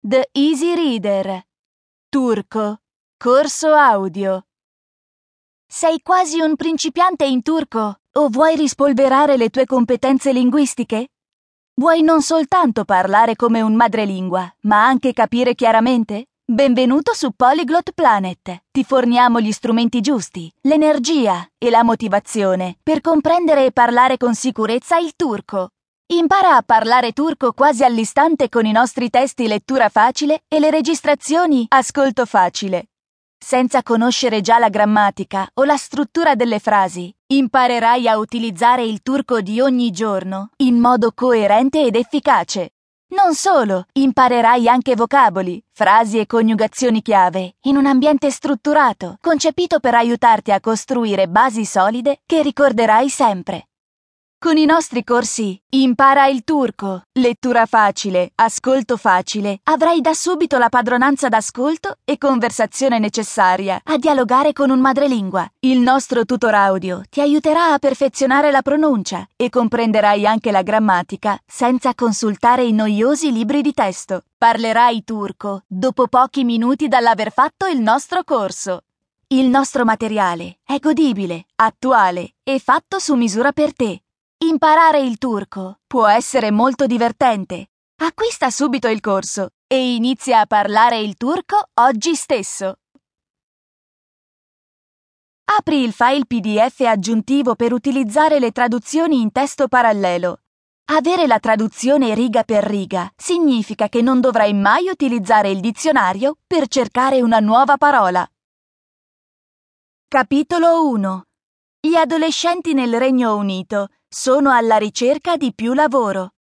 The Easy Reader. Turco. Corso audio. Sei quasi un principiante in turco o vuoi rispolverare le tue competenze linguistiche? Vuoi non soltanto parlare come un madrelingua, ma anche capire chiaramente? Benvenuto su Polyglot Planet. Ti forniamo gli strumenti giusti, l'energia e la motivazione per comprendere e parlare con sicurezza il turco. Impara a parlare turco quasi all'istante con i nostri testi lettura facile e le registrazioni ascolto facile. Senza conoscere già la grammatica o la struttura delle frasi, imparerai a utilizzare il turco di ogni giorno in modo coerente ed efficace. Non solo, imparerai anche vocaboli, frasi e coniugazioni chiave in un ambiente strutturato, concepito per aiutarti a costruire basi solide che ricorderai sempre. Con i nostri corsi Impara il turco, lettura facile, ascolto facile, avrai da subito la padronanza d'ascolto e conversazione necessaria a dialogare con un madrelingua. Il nostro tutor audio ti aiuterà a perfezionare la pronuncia e comprenderai anche la grammatica senza consultare i noiosi libri di testo. Parlerai turco dopo pochi minuti dall'aver fatto il nostro corso. Il nostro materiale è godibile, attuale e fatto su misura per te. Imparare il turco può essere molto divertente. Acquista subito il corso e inizia a parlare il turco oggi stesso. Apri il file PDF aggiuntivo per utilizzare le traduzioni in testo parallelo. Avere la traduzione riga per riga significa che non dovrai mai utilizzare il dizionario per cercare una nuova parola. Capitolo 1. Gli adolescenti nel Regno Unito sono alla ricerca di più lavoro.